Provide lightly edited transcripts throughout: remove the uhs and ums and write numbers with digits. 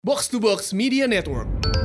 Box to Box Media Network.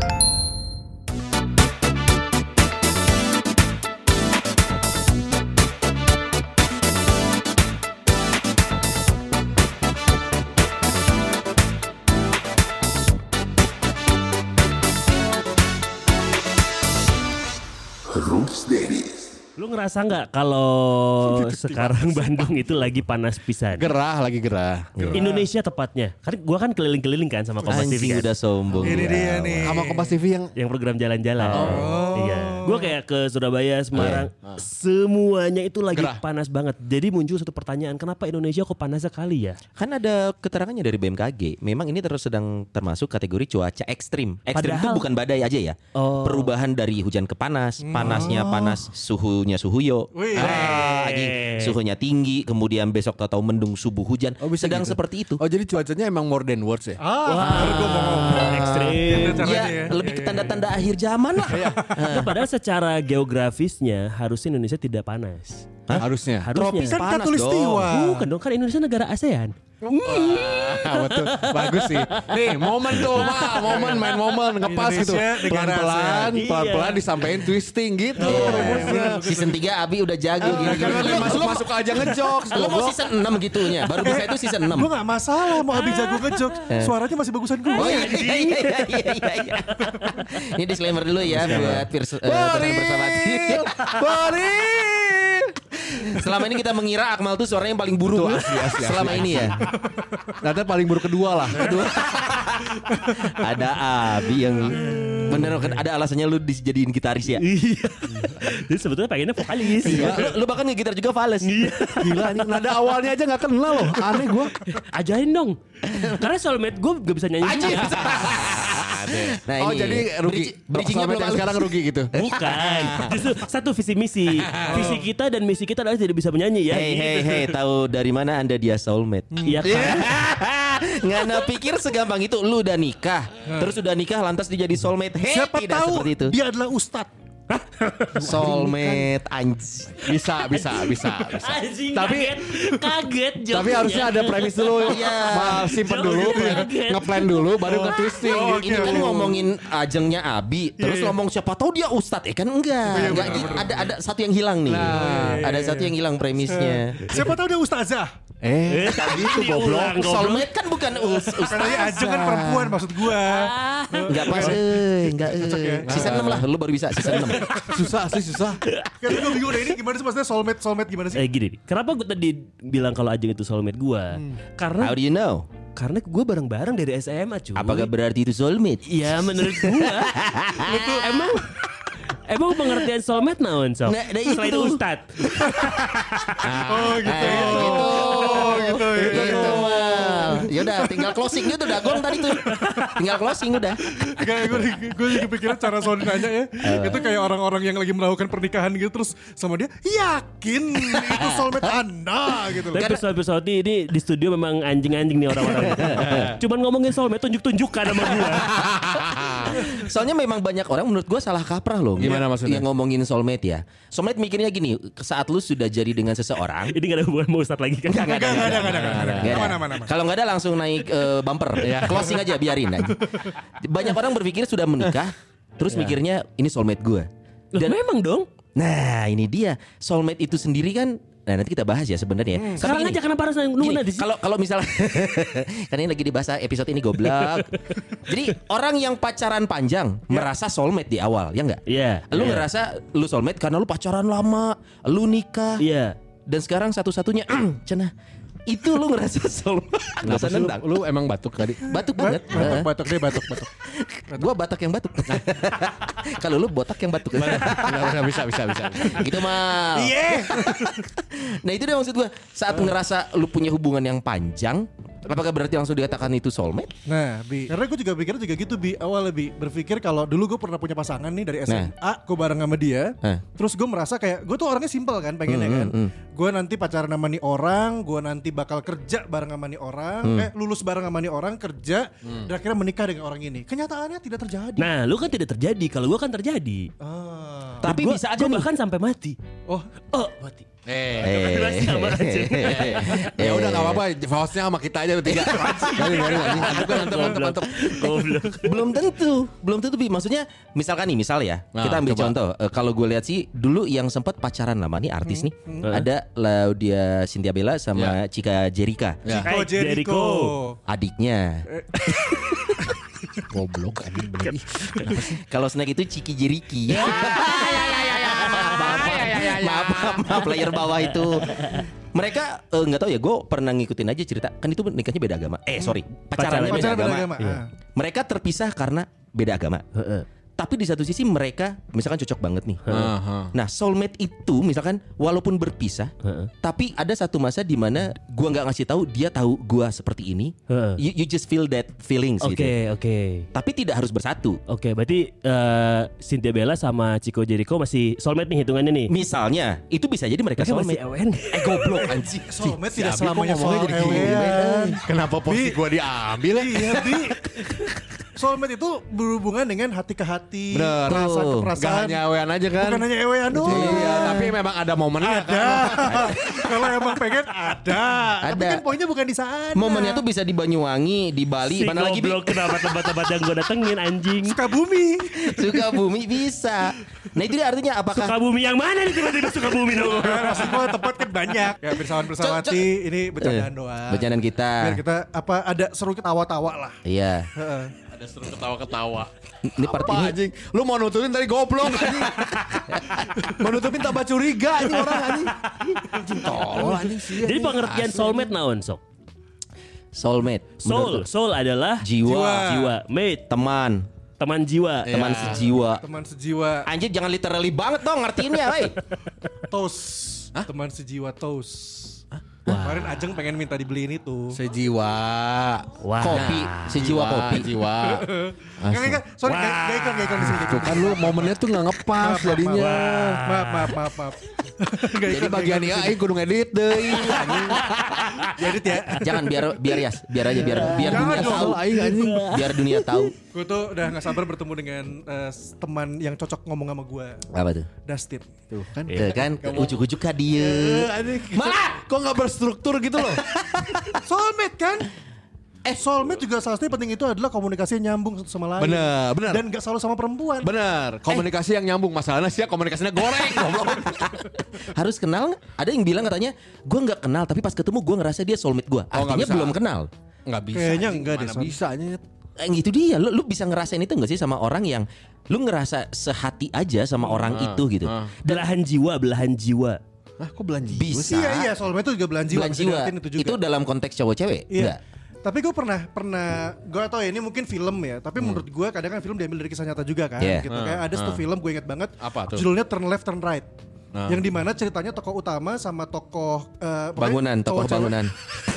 Lu ngerasa nggak kalau sekarang Bandung itu lagi panas pisan? Lagi gerah. Indonesia tepatnya. Karena gua kan keliling-keliling kan sama Kompas TV kan. Udah sombong. Ini dia nih. Sama Kompas TV Yang program jalan-jalan. Iya. Gua kayak ke Surabaya, Semarang, semuanya itu lagi Gerah. panas banget. Jadi muncul satu pertanyaan, kenapa Indonesia kok panas sekali ya? Kan ada keterangannya dari BMKG. Memang ini terus sedang termasuk kategori cuaca ekstrim. Ekstrim itu Padahal- bukan badai aja ya. Oh. Perubahan dari hujan ke panas, panasnya panas, suhunya suhu yo. Wih. Lagi suhunya tinggi, kemudian besok tahu-tahu mendung subuh hujan. bisa Sedang gitu? seperti itu. Oh jadi cuacanya emang more than words ya? Baru gue mau ngomong. Ekstrim. Ya, lebih ke tanda-tanda akhir zaman lah. Itu padahal secara geografisnya harusnya Indonesia tidak panas. Harusnya. Harusnya. Kan Panas katulistiwa. Bukan dong, kan Indonesia negara ASEAN. Betul. Bagus sih. Nih momen tuh main momen ngepas gitu. Indonesia negara Pelan-pelan, ASEAN. pelan-pelan disampaikan twisting gitu. rumusnya. Season 3 Abi udah jago gini-gini. Karena dia masuk aja ngejokes. Lo mau season 6 gitunya. Baru bisa itu season 6. Gue gak masalah mau Abi jago ngejok. Suaranya masih bagusan gue. Oh iya. Ini disclaimer dulu ya buat pendengar bersahabat. Selama ini kita mengira Akmal tuh suaranya yang paling buruk. Asli. Selama ini ya. Ternyata paling buruk kedua lah. Ada Abi yang bener ada alasannya lu dijadiin gitaris ya. Iya. Jadi sebetulnya pengennya vokalis. Lu bahkan ngegitar juga fales. Gila nih nada awalnya aja gak kenal loh. Aneh gue. Ajarin dong. Karena soulmate gue gak bisa nyanyi juga. Nah, Oh ini. jadi rugi. Bridging-nya belum Yang halus. sekarang rugi gitu. Bukan. Justru satu visi misi. Visi kita dan misi kita adalah tidak bisa menyanyi ya. Hey, tahu dari mana Anda dia soulmate? Iya kan. Ngana pikir segampang itu. Lu udah nikah, terus udah nikah lantas dia jadi soulmate. Hey, Siapa tidak tahu seperti itu. dia adalah ustadz. Soulmate anj. Bisa. Anjing, Tapi- kaget jawabnya. Tapi harusnya ada premis dulu. Iya. Simpen dulu, Kaget. ngeplan dulu, baru nge-twisting. Ini kan ngomongin ajengnya Abi, terus ngomong siapa tahu dia ustadz, kan enggak gitu. Ada satu yang hilang nih. Ada satu yang hilang premisnya. Siapa tahu dia ustazah. Tadi itu goblok. Soulmate kan bukan Karena Ajeng kan ustazah. perempuan maksud gue. Enggak pas, enggak. Season 6 lah, lu baru bisa season 6. Susah. Karena gue bingung deh ini gimana sih maksudnya soulmate gimana sih? Gini nih. Kenapa gue tadi bilang kalau Ajeng itu soulmate gue? Karena How do you know? gue bareng-bareng dari SMA cuy. Apakah berarti itu soulmate? Ya menurut gue. Emang pengertian soulmate naon sok? Nah, Selain itu. ustad. Gitu. Ya udah, tinggal closing gitu udah gong tadi tuh. Tinggal closing udah. Kayak gue juga kepikiran cara Sony nanya ya. Itu kayak orang-orang yang lagi melakukan pernikahan gitu terus sama dia yakin itu soulmate Anda gitu loh. Tapi episode ini di studio memang anjing-anjing nih orang-orang. Cuman ngomongin soulmate tunjuk-tunjukkan sama gue. Soalnya memang banyak orang menurut gue salah kaprah loh. Gimana maksudnya? Yang ngomongin soulmate ya. Soulmate mikirnya gini, saat lu sudah jadi dengan seseorang, Ini gak ada hubungan sama ustad lagi kan? Nggak ada. Aman. Kalau nggak ada langsung naik bumper, closing aja biarin aja. Banyak orang berpikir sudah menikah, terus mikirnya ini soulmate gue. Loh, memang dong. Nah ini dia soulmate itu sendiri kan. Nah nanti kita bahas ya sebenarnya. Tapi Sekarang gini, aja kenapa harus nunggu gini, nanti sih? kalau misalnya kan ini lagi dibahas episode ini goblok. Jadi orang yang pacaran panjang merasa soulmate di awal, ya enggak? Iya. Lu ngerasa lu soulmate karena lu pacaran lama, lu nikah. Iya. Dan sekarang satu-satunya cenah. Itu lu ngerasa soulmate. Enggak usah nendang. Lu emang batuk tadi. Batuk banget. Batuk. Gua batak yang batuk. Kalau lu botak yang batuk. Bisa. Gitu mal. Iya. Nah itu dia maksud gue. Saat ngerasa lu punya hubungan yang panjang, apakah berarti langsung dikatakan itu soulmate? Nah, Bi, karena gue juga pikir juga gitu, Bi. Awalnya, Bi, berpikir kalau dulu gue pernah punya pasangan nih dari SMA, gue bareng sama dia. Terus gue merasa kayak gue tuh orangnya simpel kan, pengennya kan. Gue nanti pacaran sama nih orang, gue nanti bakal kerja bareng sama nih orang, lulus bareng sama nih orang, kerja, dan akhirnya menikah dengan orang ini. Kenyataannya tidak terjadi. Nah, lu kan tidak terjadi. Kalau gue kan terjadi. Tapi Gua- bisa aja gua nih. bahkan sampai mati. Oh, Mati. Sama aja. Ya udah enggak apa-apa, hostnya sama kita aja bertiga. Biarin anjing. Mantap. Goblok. Belum tentu Bi. Maksudnya misalkan nih, kita ambil coba. contoh. Kalau gue lihat sih dulu yang sempat pacaran lama nih artis nih. Ada Laudia Cynthia Bella sama Chica Jerica. Ya. Chico Jericho. Adiknya. Goblok anjing bener. Kalau snack itu Ciki Jeriki. Maaf player bawah itu. Mereka nggak tahu ya, gue pernah ngikutin aja cerita. Kan itu nikahnya beda agama. Pacarannya beda agama. Mereka terpisah karena beda agama. Tapi di satu sisi mereka misalkan cocok banget nih. Nah, soulmate itu misalkan walaupun berpisah, tapi ada satu masa di mana gua nggak ngasih tahu, dia tahu gua seperti ini. You just feel that feelings gitu. Oke. Tapi tidak harus bersatu. Oke, berarti Cynthia Bella sama Chico Jericho masih soulmate nih hitungannya nih. Misalnya, itu bisa jadi mereka Masih soulmate. EWN. Goblok anjing. Soulmate tidak Si Abi selamanya kok ngomongnya soal jadi gini, ewean. Kenapa posisi gua diambil ya? Iya, Bi. Soulmate itu berhubungan dengan hati ke hati, Bener. perasaan ke Gak perasaan. hanya ewean aja kan? Bukan hanya ewean doang. Iya, tapi memang ada momennya. Ada. Kalau emang pengen ada. Tapi Ada. kan poinnya bukan di sana. Momennya tuh bisa di Banyuwangi, di Bali, Si mana lagi Bi? goblok, kenapa tempat-tempat yang gue datengin anjing. Sukabumi. Sukabumi bisa. Nah itu dia artinya apakah Sukabumi yang mana nih tiba-tiba Sukabumi dong. Maksud gue tempat kan banyak. Ya bersawati ini bercandaan doang. bercandaan kita? Biar kita ada seru ketawa-tawa lah. Iya. Heeh. Ada seru ketawa-ketawa. Ini part Apa ini anjing? Lu mau nutupin tadi goblok anjing. Mau nutupin tambah curiga anjing orang anjing. Anjing tolol anjing sih. Jadi pengertian soulmate naon sok? soulmate. Soul adalah Jiwa. mate, Teman. teman jiwa. Teman sejiwa. Teman sejiwa. Anjir jangan literally banget dong ngertiinnya, woi. Toast. Teman sejiwa toast. Kemarin Ajeng pengen minta dibeliin itu. Sejiwa. Wah. Kopi, sejiwa kopi. Jiwa. Enggak, sorry, gak iklan di sini. Tuh kan lu momennya tuh gak ngepas jadinya. Maaf. Jadi bagian ya aing kudu ngedit deui anjing. Jadi ya. Jangan biar Yas, biar Jangan dunia dong. tahu. Aing anjing. Biar dunia tahu. Gue tuh udah gak sabar bertemu dengan teman yang cocok ngomong sama gue. Apa tuh? Dustin. Tuh kan. Tuh kan ujuk-ujuk ka dieu. Malah kok gak berstruktur gitu loh. Soulmate kan? Soulmate juga salah satu yang penting itu adalah komunikasi yang nyambung satu sama lain. Bener. Dan gak selalu sama perempuan. Bener, komunikasi yang nyambung. Masalahnya sih komunikasinya goreng goblok. Harus kenal nggak? Ada yang bilang katanya gue nggak kenal tapi pas ketemu gue ngerasa dia soulmate gue. nggak Artinya bisa. belum kenal. Enggak bisa. Kayaknya anjing. enggak deh, Mana Son. bisa anjing. Itu dia. Lu bisa ngerasain itu nggak sih sama orang yang lu ngerasa sehati aja sama orang itu gitu. Belahan jiwa. Ah, kok belanji? Bisa. Iya, soulmate itu juga belan jiwa. Belan bisa jiwa. diartiin itu juga. Itu dalam konteks cowok-cewek. Iya. Enggak. Tapi gue pernah gue tau ya ini mungkin film ya. Tapi menurut gue kadang kan film diambil dari kisah nyata juga kan. Yeah. Gitu. Kayak ada satu film gue inget banget. Apa tuh? Judulnya Turn Left Turn Right. Yang dimana ceritanya tokoh utama sama tokoh Bangunan, tokoh bangunan.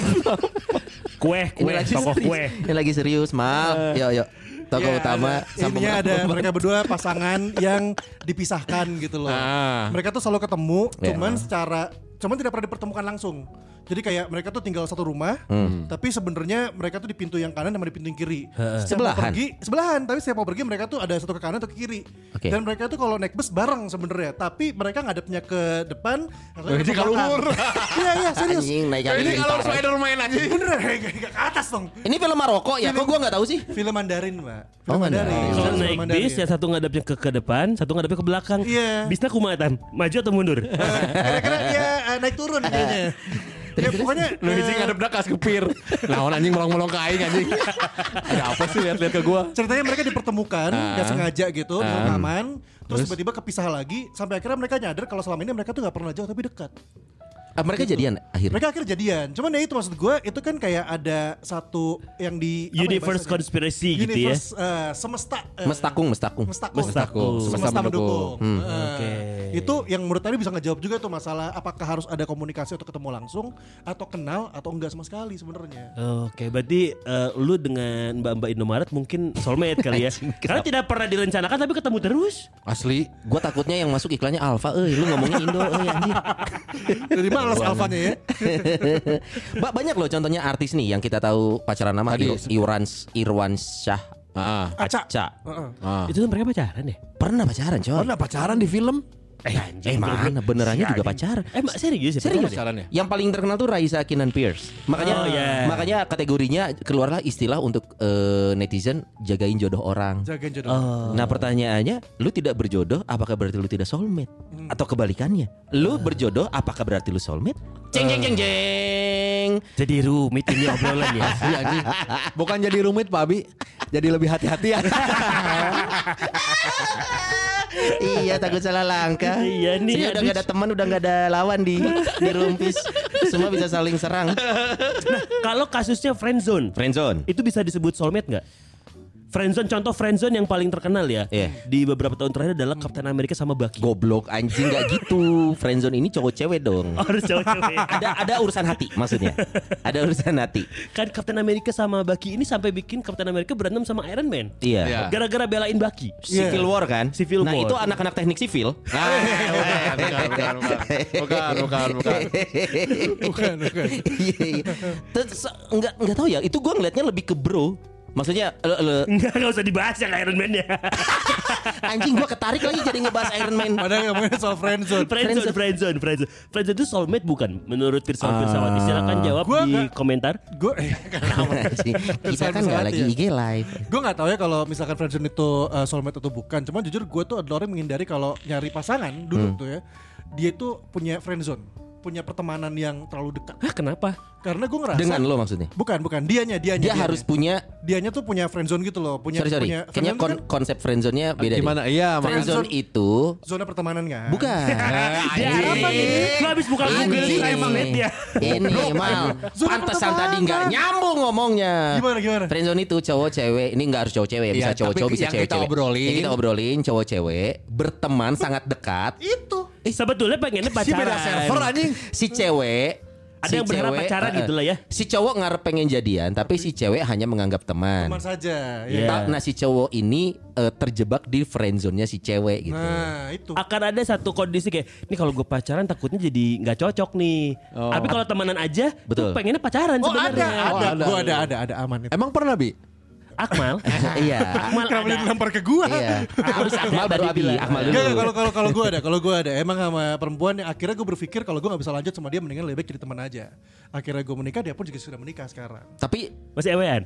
Kue, tokoh serius. kue. Ini lagi serius, mal. Yuk. Tokoh utama sama Ininya ada mereka berdua pasangan yang dipisahkan gitu loh. Mereka tuh selalu ketemu, cuman tidak pernah dipertemukan langsung. Jadi kayak mereka tuh tinggal satu rumah, tapi sebenarnya mereka tuh di pintu yang kanan sama di pintu yang kiri. Sebelahan, tapi setiap mau pergi mereka tuh ada satu ke kanan atau ke kiri. Oke. Dan mereka tuh kalau naik bus bareng sebenarnya, tapi mereka ngadepnya ke depan. Jadi kalur. Iya serius. Anjing naik Ini angin. kalau Spider-Man anjing. Bener ke atas dong. Ini film Maroko ya? Kok gua nggak tahu sih? Film Mandarin, Mbak. Oh, Mandarin. Kalau Film naik Mandarin. bis, yang satu ngadepnya ke depan, satu ngadepnya ke belakang. Iya. Bisnya kumaha maju atau mundur? Kira-kira ya naik turun kayaknya. Ya pokoknya Lu anjing ngadep dah kas kepir. Naon anjing melong-melong ke aing anjing. Ada apa sih lihat-lihat ke gua? ceritanya mereka dipertemukan nggak sengaja gitu di rekaman, terus tiba-tiba kepisah lagi sampai akhirnya mereka nyadar kalau selama ini mereka tuh nggak pernah jauh tapi dekat. Mereka jadian akhirnya. Mereka akhirnya jadian. Cuman ya itu maksud gue itu kan kayak ada satu yang di apa ya Universe bahasanya? conspiracy gitu ya. Universe semesta Mestakung. Semesta mendukung. Oke. Itu yang menurut tadi bisa ngejawab juga tuh masalah apakah harus ada komunikasi atau ketemu langsung atau kenal atau enggak sama sekali sebenarnya. Oke, berarti lu dengan Mbak Indomaret mungkin soulmate kali ya. Karena tidak pernah direncanakan tapi ketemu terus. Asli. Gua takutnya yang masuk iklannya Alfa, lu ngomongnya Indo, anjir. Jadi malas alfanya ya. Mbak banyak loh contohnya artis nih yang kita tahu pacaran nama Tadi. Irwan Syah. Aca. Aca. Itu kan mereka pacaran ya? Pernah pacaran, coy. Pernah pacaran di film? Mana benerannya juga pacaran. Serius ya? Serius pacaran ya? Yang paling terkenal tuh Raisa Kinan Pierce. Makanya kategorinya keluarlah istilah untuk netizen jagain jodoh orang. Jagain jodoh. Nah pertanyaannya, lu tidak berjodoh, apakah berarti lu tidak soulmate? Atau kebalikannya, lu berjodoh, apakah berarti lu soulmate? Jeng. Jadi rumit ini obrolan ya. Iya anjing. Bukan jadi rumit Pak Abi, jadi lebih hati-hati ya. Iya takut salah langkah. Iya nih, Sini udah gak ada teman, udah gak ada lawan di Rumpis. Semua bisa saling serang. Nah, kalau kasusnya friendzone, itu bisa disebut soulmate nggak? Friendzone, contoh friendzone yang paling terkenal ya di beberapa tahun terakhir adalah Captain America sama Bucky. Goblok anjing, gak gitu. Friendzone ini cowok cewek dong. Harus cowok-cewek. Ada urusan hati maksudnya. Ada urusan hati. Kan Captain America sama Bucky ini sampai bikin Captain America berantem sama Iron Man. Iya. Gara-gara belain Bucky. Civil War kan? Civil Nah War. itu anak-anak teknik sipil. Bukan. Iya. Terus nggak tahu ya. Itu gue ngeliatnya lebih ke bro. Maksudnya Enggak usah dibahas yang Iron Man ya. anjing gue ketarik lagi jadi ngebahas Iron Man. Padahal ngomongin soal friendzone. Friendzone itu soulmate bukan? Menurut Pirsawati silakan jawab di komentar. Kita kan nggak lagi IG live. Gue nggak tahu ya kalau misalkan friendzone itu soulmate atau bukan. Cuman jujur gue tuh adalah orang yang menghindari kalau nyari pasangan dulu tuh ya. Dia tuh punya friendzone, punya pertemanan yang terlalu dekat. Hah, kenapa? Karena gue ngerasa Dengan lo maksudnya? Bukan, dianya. Dia harus punya. Dianya tuh punya friendzone gitu loh. Sorry. Kayaknya friendzone kan konsep friendzone-nya beda. Gimana? Iya, friendzone itu zona pertemanan kan? bukan. Dia apa nih? Lu habis buka Google Anjing. emang net ya. Ini mal. Pantesan tadi nggak nyambung ngomongnya. Gimana? Friendzone itu cowok cewek. Ini nggak harus cowok cewek, bisa Iya, cowok tapi cowok, bisa yang cewek kita cewek. obrolin. Yang kita obrolin cowok cewek berteman sangat dekat. Itu. Sebetulnya pengennya Si beda server pacaran. anjing. Si cewek Ada yang berharap pacaran gitu lah ya. Si cowok ngarep pengen jadian, tapi si cewek hanya menganggap teman. Teman saja. Iya. Nah si cowok ini terjebak di friendzone-nya si cewek gitu. Nah itu. Akan ada satu kondisi kayak, ini kalau gue pacaran takutnya jadi nggak cocok nih. Tapi kalau temenan aja, Betul. tuh pengennya pacaran sebenarnya. Gue ada aman itu. Emang pernah Bi? Akmal. Iya. Akmal Kenapa ada. dilempar ke gue? Iya. Harus Akmal ada baru Abi, dibilang. Akmal dulu. Enggak, kalau gue ada. Emang sama perempuan yang akhirnya gue berpikir kalau gue gak bisa lanjut sama dia, mendingan lebih baik jadi teman aja. Akhirnya gue menikah, dia pun juga sudah menikah sekarang. Tapi Masih ewean?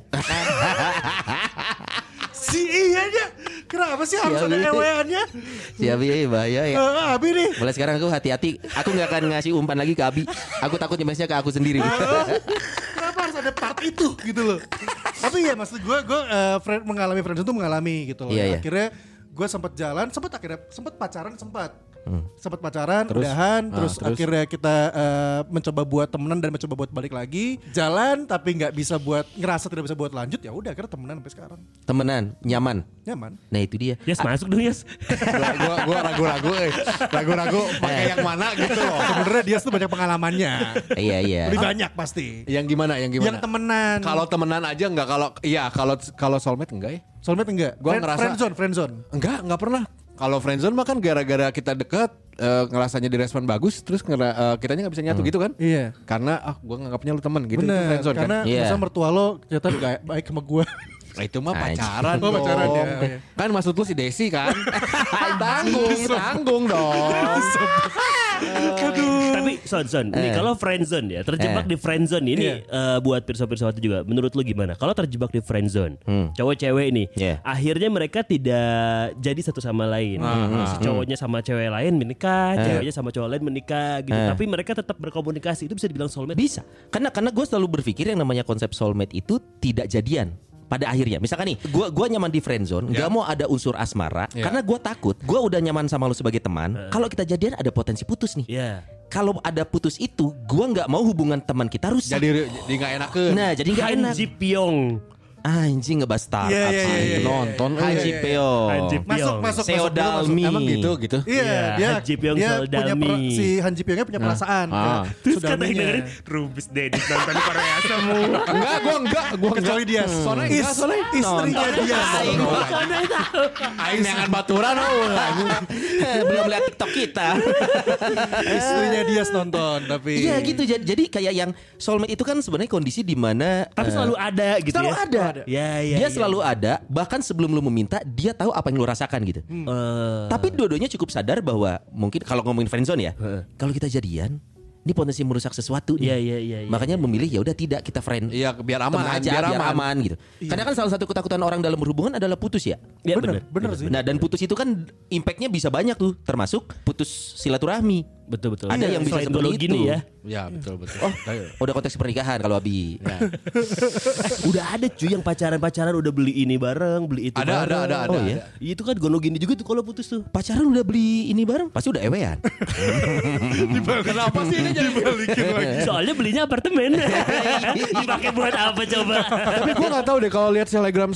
Si iyanya, kenapa sih harus ada eweannya? si Abi bahaya ya. Abi nih. Mulai sekarang aku hati-hati. Aku gak akan ngasih umpan lagi ke Abi. Aku takut nyemesnya ke aku sendiri. Kenapa harus ada part itu gitu loh. Tapi ya maksud gue mengalami friendzone tuh mengalami gitu loh. Iya. Akhirnya gue sempat jalan, sempat pacaran. Sempat pacaran, udahan, terus akhirnya kita mencoba buat temenan dan mencoba buat balik lagi. Jalan tapi nggak bisa buat, ngerasa tidak bisa buat lanjut, ya udah akhirnya temenan sampai sekarang. Temenan, nyaman. Nyaman. Nah itu dia. Yes, masuk dong Yes. Gua ragu-ragu pakai yang mana gitu loh. Sebenarnya dia tuh banyak pengalamannya. Iya. Lebih banyak pasti. Yang gimana? Yang temenan. Kalau temenan aja enggak, kalau soulmate enggak ya? Soulmate enggak? Gua ngerasa friendzone. Enggak pernah. Kalau friendzone mah kan gara-gara kita deket, ngerasanya direspon bagus, terus kitanya nggak bisa nyatu gitu kan? Iya. Karena gue nganggapnya lu teman gitu. Itu Bener, friendzone karena kan? Iya. masa mertua lo ternyata gak baik sama gue. Nah, itu mah Anjing. pacaran Oh, pacaran, dong. ya. Kan maksud lu si Desi kan? tanggung dong. Tapi Son, nih kalau friendzone ya, terjebak di friendzone ini buat pirsa-pirsawati juga. Menurut lu gimana? Kalau terjebak di friendzone, cowok cewek ini, akhirnya mereka tidak jadi satu sama lain. Si cowoknya sama cewek lain menikah, ceweknya sama cowok lain menikah gitu. Tapi mereka tetap berkomunikasi, itu bisa dibilang soulmate? Bisa. Karena gue selalu berpikir yang namanya konsep soulmate itu tidak jadian. Pada akhirnya, misalkan nih, gua nyaman di friendzone, nggak mau ada unsur asmara, karena gue takut, gue udah nyaman sama lu sebagai teman. Kalau kita jadian ada potensi putus nih. Iya. Kalau ada putus itu, gue nggak mau hubungan teman kita rusak. Jadi nggak enakan. Nah, jadi nggak enak. Han Ji Pyong. Anjing ngebahas startup Iya. Nonton. Haji Peo. Han Ji Pyong. Masuk. Seodalmi. Emang gitu. Iya, Iya, Han Ji Pyong dia Seodalmi. punya si Han Ji Pyongnya punya perasaan. Terus kata yang dengerin Rubis Dedis nonton Korea semua. Enggak. Gua Kecuali dia. Soalnya Istrinya dia. Aing neangan baturan Belum lihat TikTok kita. Istrinya dia nonton tapi. Iya gitu. Jadi kayak yang soulmate itu kan sebenarnya kondisi di mana Tapi selalu ada gitu selalu ya. ada. Dia selalu ada, bahkan sebelum lu meminta dia tahu apa yang lu rasakan gitu. Tapi dua-duanya cukup sadar bahwa mungkin kalau ngomongin friendzone ya, kalau kita jadian ini potensi merusak sesuatu nih. Iya. Makanya memilih ya udah tidak kita friend. Iya, biar aman aja, biar aman gitu. Karena kan salah satu ketakutan orang dalam berhubungan adalah putus ya. Iya bener sih. Nah, dan putus itu kan impactnya bisa banyak tuh, termasuk putus silaturahmi. Betul. Ada yang bisa seperti itu. Gini ya. Ya, betul. Oh, udah konteks pernikahan kalau Abi. Ya. Udah ada cuy yang pacaran udah beli ini bareng, beli itu bareng. Ada. Oh ya. Itu kan gono gini juga tuh kalau putus tuh. Pacaran udah beli ini bareng, pasti udah ewean. Kenapa sih ini jadi balikin lagi? Soalnya belinya apartemen. Dipakai buat apa coba? Tapi gue nggak tahu deh kalau lihat selebgram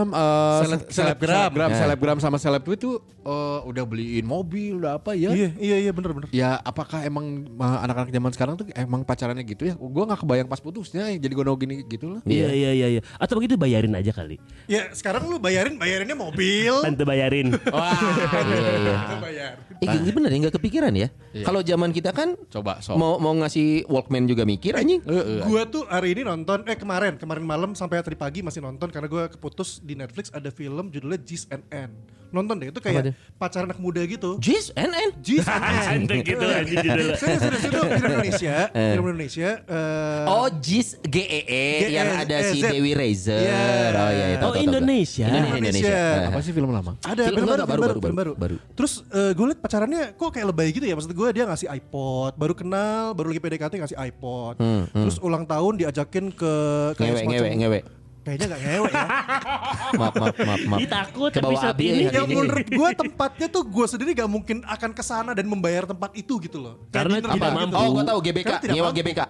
sama seleb itu udah beliin mobil, udah apa ya? Iya bener. Ya apakah emang anak-anak zaman sekarang tuh emang pacarannya gitu ya? Gue nggak kebayang pas putusnya jadi gono gini gitu lah. Iya. Atau begitu bayarin aja kali. Ya sekarang lu bayarinnya mobil. Tante bayarin. Wah. Bayar. Ini bener ya, nggak kepikiran ya. Kalau zaman kita kan Coba mau ngasih Walkman juga mikir anjing. Gua tuh hari ini nonton kemarin malam sampai tadi pagi masih nonton karena gua keputus di Netflix ada film judulnya Jis and Ann. Nonton deh itu kayak pacaran anak muda gitu. Jis NN. Jis and Ann. Santai gitu aja judulnya. Sudah film Indonesia. Oh, Jis GEE yang ada si Z. Dewi Rezer. Yeah. Oh iya, tahu. Indonesia. Indonesia. Apa sih film lama? Ada Film film baru. baru. Terus gue liat pacarannya kok kayak lebay gitu ya. Maksud gue dia ngasih iPod, baru kenal, baru lagi PDKT ngasih iPod. Terus ulang tahun diajakin ke Ngewe. Kayaknya gak ngewe ya. Maaf. Ih, takut Kebawa episode Abi ini. Yang menurut gue tempatnya tuh gue sendiri gak mungkin akan kesana dan membayar tempat itu gitu loh. Karena Kayak tidak dinner mampu. Oh, gua tahu GBK, Karena tidak nyewa mampu. GBK.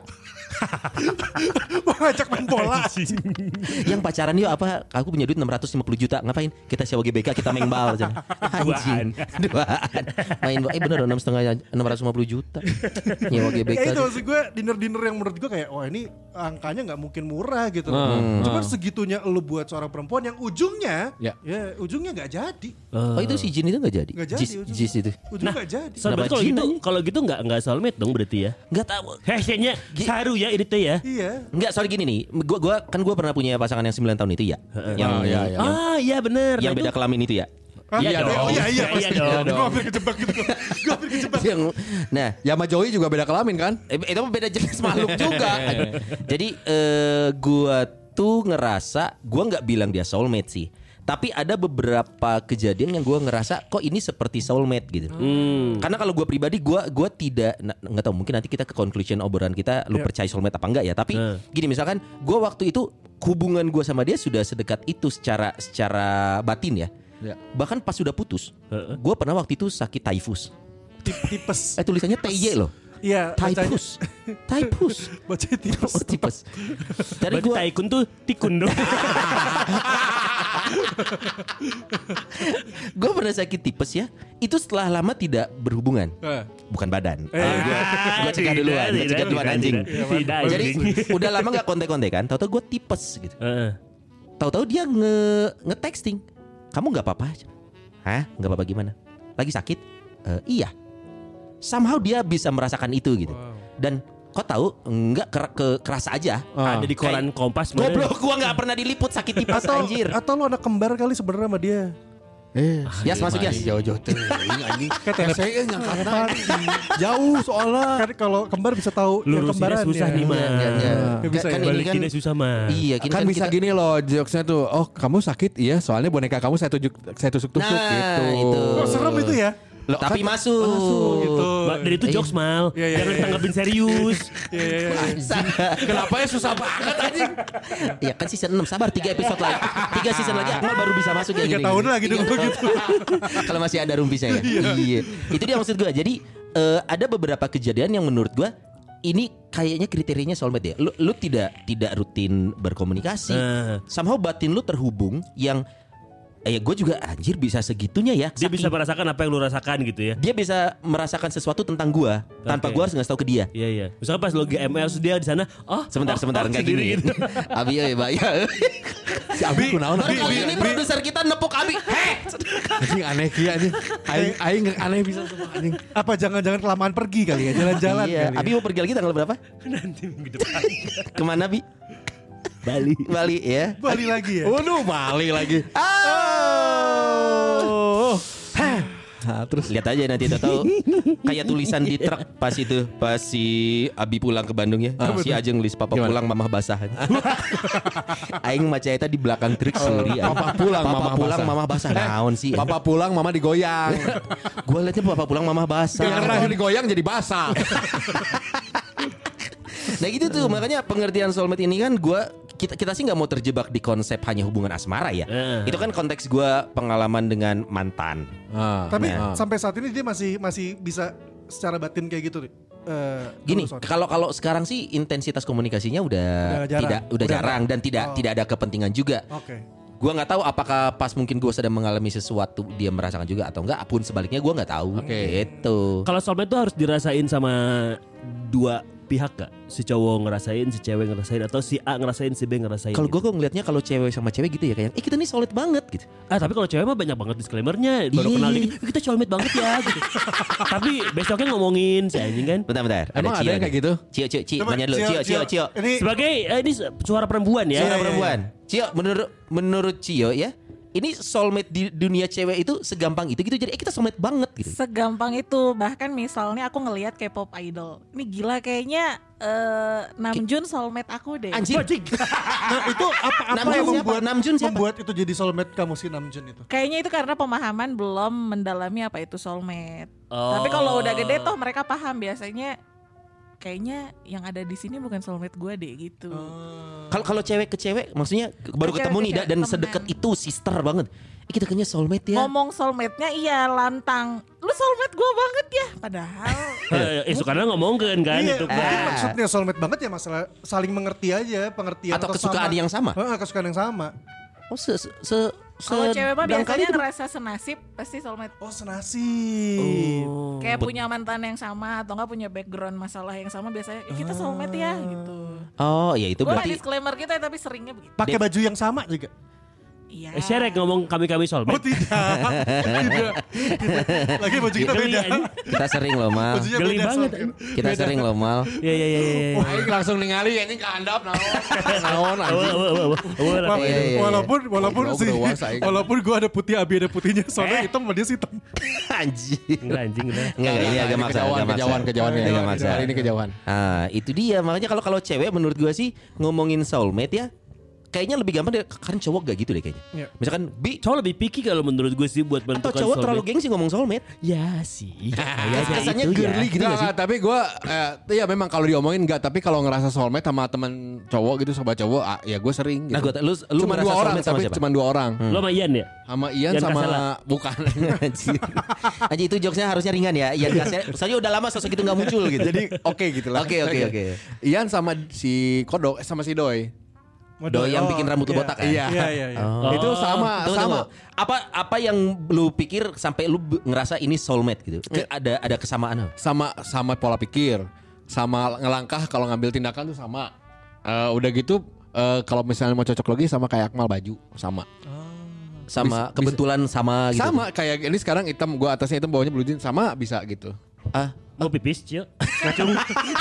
Mau ngajak main bola. Yang pacaran yuk apa? Aku punya duit 650 juta. Ngapain? Kita sewa GBK, kita main bal. Anjing. Duaan. Main bal. Bener dong 650 juta. Nyewa GBK. Ya itu maksud gue dinner yang menurut gue kayak wah ini angkanya gak mungkin murah gitu. Cuman segitunya lu buat seorang perempuan yang ujungnya ya ujungnya gak jadi. Oh itu si Jin itu gak jadi? Gak jadi Jis itu. Ujungnya gak jadi. Soalnya kalau gitu nggak soulmate dong berarti ya. Gak tahu. Kayaknya saru ya ini tuh ya. Iya. Enggak, soal gini nih. Gua pernah punya pasangan yang 9 tahun itu ya. Iya benar. Yang beda kelamin itu ya. Iya dong. Iya dong. Gue hampir kejebak gitu. Nah, Ya sama Joey juga beda kelamin kan? itu beda jenis makhluk juga. Jadi gua tuh ngerasa gua nggak bilang dia soulmate sih. Tapi ada beberapa kejadian yang gue ngerasa kok ini seperti soulmate gitu. Karena kalau gue pribadi gue tidak nggak tahu, mungkin nanti kita ke conclusion obrolan kita lu percaya soulmate apa enggak ya. Tapi gini, misalkan gue waktu itu hubungan gue sama dia sudah sedekat itu secara batin ya. Bahkan pas sudah putus, gue pernah waktu itu sakit typhus. Tipes. Tulisannya TY loh. Iya. Typhus. Bacanya tipes. Oh, tipes. Dari Berarti gue Taikun tuh tikun dong. gue pernah sakit tipes ya. Itu setelah lama tidak berhubungan. Bukan badan. Gue cegah duluan anjing. Jadi udah lama gak kontek-kontekan. Tahu-tahu gue tipes gitu. Tahu-tahu dia nge-texting. Kamu gak apa-apa? Hah? Gak apa-apa gimana? Lagi sakit? Iya. Somehow dia bisa merasakan itu gitu. Dan kok tahu enggak kerasa aja. Ada di koran Kompas. Goblok, gua enggak pernah diliput sakit tipes anjir. Atau lu anak kembar kali sebenarnya sama dia. Yas masuk Yas. Jauh-jauh tuh. Ini saya ngangkat jauh soalnya. Kan kalau kembar bisa tahu yang Lurusinnya kembaran susah ya. nih mah. Nggak bisa Kan ya? ini Balikinnya susah mah. Iya, Kan bisa gini loh jokesnya tuh. Oh kamu sakit? Iya soalnya boneka kamu saya tusuk-tusuk Nah, gitu. itu. Oh, serem itu ya. Loh, tapi masuk. Gitu. Dari itu jokes mal. Jangan ditanggapin serius. Kenapa ya susah banget anjing? Ya kan season 6 sabar 3 episode lagi. 3 season lagi Akmal baru bisa masuk ya 3 tahun lagi dulu gitu. Kalau masih ada rumpisnya ya. Iya. Itu dia maksud gue. Jadi ada beberapa kejadian yang menurut gue ini kayaknya kriterianya soulmate ya. Lu tidak rutin berkomunikasi. Somehow batin lu terhubung yang gue juga anjir bisa segitunya ya. Dia bisa merasakan apa yang lu rasakan gitu ya. Dia bisa merasakan sesuatu tentang gua tanpa gua harus ngasih tahu ke dia. Iya. Misalnya pas lo GML dia di sana, Sebentar enggak gini. gitu. Abi bahaya. Si Abi kunaon? Baru kali ini produser kita nepuk Abi. Anjing aneh kia anjing. Aing aneh bisa sama anjing. Apa jangan-jangan kelamaan pergi kali ya, jalan-jalan Iya, kali. Abi mau pergi lagi tanggal berapa? Nanti minggu depan. Kemana Abi? Bali ya. Bali lagi ya. Waduh, Bali lagi. Nah, terus lihat aja nanti tahu kayak tulisan di truk pas si Abi pulang ke Bandung ya. Si Ajeng nulis papa pulang mamah basah. Aing maca eta di belakang truk suri. Papa pulang mamah basah. Naon sih? Papa pulang mama digoyang. Gua liatnya papa pulang mamah basah. Karena digoyang jadi basah. Nah gitu tuh makanya pengertian soulmate ini kan kita sih nggak mau terjebak di konsep hanya hubungan asmara ya. Itu kan konteks gue pengalaman dengan mantan. Tapi sampai saat ini dia masih bisa secara batin kayak gitu nih. Gini, kalau sekarang sih intensitas komunikasinya udah jarang dan tidak ada kepentingan juga. Oke. Gue nggak tahu apakah pas mungkin gue sedang mengalami sesuatu dia merasakan juga atau enggak. Pun sebaliknya gue nggak tahu. Gitu. Kalau soulmate itu harus dirasain sama dua pihak gak? Si cowok ngerasain, si cewek ngerasain, atau si A ngerasain, si B ngerasain. Kalau gue kok ngelihatnya kalau cewek sama cewek gitu ya kayak kita nih solid banget gitu. Tapi kalau cewek mah banyak banget disclaimernya. Baru kenal dikit, kita soulmate banget ya gitu. Tapi besoknya ngomongin si anjing kan. Bentar. Emang ada yang kayak gitu? Cio, nanya dulu. Cio. Sebagai ini suara perempuan ya. Suara perempuan. Cio, menurut Cio ya, ini soulmate di dunia cewek itu segampang itu gitu. Jadi kita soulmate banget gitu. Segampang itu. Bahkan misalnya aku ngelihat K-pop idol. Ini gila kayaknya Namjoon soulmate aku deh. Anjing. Nah itu apa yang membuat itu jadi soulmate kamu si Namjoon itu? Kayaknya itu karena pemahaman belum mendalami apa itu soulmate. Tapi kalau udah gede toh mereka paham biasanya. Kayaknya yang ada di sini bukan soulmate gue deh gitu. Kalau cewek ke cewek maksudnya baru ketemu nih dan sedekat itu sister banget. Kita kayaknya soulmate ya. Ngomong soulmate-nya iya lantang. Lu soulmate gue banget ya. Padahal karena ngomongin kan itu kan. Maksudnya soulmate banget ya masalah saling mengerti aja, pengertian atau kesukaan yang sama. Kesukaan yang sama. Oh kalau cewek mah biasanya ngerasa senasib pasti soulmate. Oh senasib. Kayak punya mantan yang sama atau enggak punya background masalah yang sama biasanya kita soulmate ya gitu. Oh ya itu berarti. Gue disclaimer kita tapi seringnya begitu. Pakai baju yang sama juga. Iya. Sherek ngomong kami soulmate. Oh tidak. Lagi baju kita beda. Kita sering loh Mal. Geli banget. Kita sering loh Mal. Iya. Aing langsung ningali ini kehandap naon. Walaupun gue ada putih Abi ada putihnya soalnya hitam sama dia hitam. Anjing. Enggak ini agak maksa. Kejauhan ini kejauhan. Itu dia makanya kalau cewek menurut gue sih ngomongin soulmate ya. Kayaknya lebih gampang deh, kan cowok gak gitu deh kayaknya. Ya. Misalkan cowok lebih picky kalau menurut gue sih buat menentukan soulmate. Atau cowok terlalu gengsi ngomong soulmate. Ya sih. Kesannya girly gitu gak sih? Tapi gue ya memang kalau diomongin enggak, tapi kalau ngerasa soulmate sama teman cowok gitu, sobat cowok, ya gue sering gitu. Nah, lu cuma 2 orang tapi cuma 2 orang. Lo sama Ian ya? Sama Ian sama bukan. Anjir itu jokesnya harusnya ringan ya. Ian Kasih. Soalnya udah lama sosok itu enggak muncul gitu. Jadi oke gitu lah. Oke. Ian sama si Kodok sama si Doi. Doi yang bikin rambut lu botak kan? Iya. Itu sama. Apa yang lu pikir sampai lu ngerasa ini soulmate gitu? Ada kesamaan apa? Sama pola pikir, sama ngelangkah kalau ngambil tindakan tuh sama. Udah gitu kalau misalnya mau cocok lagi sama kayak Akmal baju sama. Sama kebetulan sama gitu. Sama kayak ini sekarang hitam, gua atasnya hitam bawahnya blue jeans sama bisa gitu. Mau pipis, Cio? Ngacung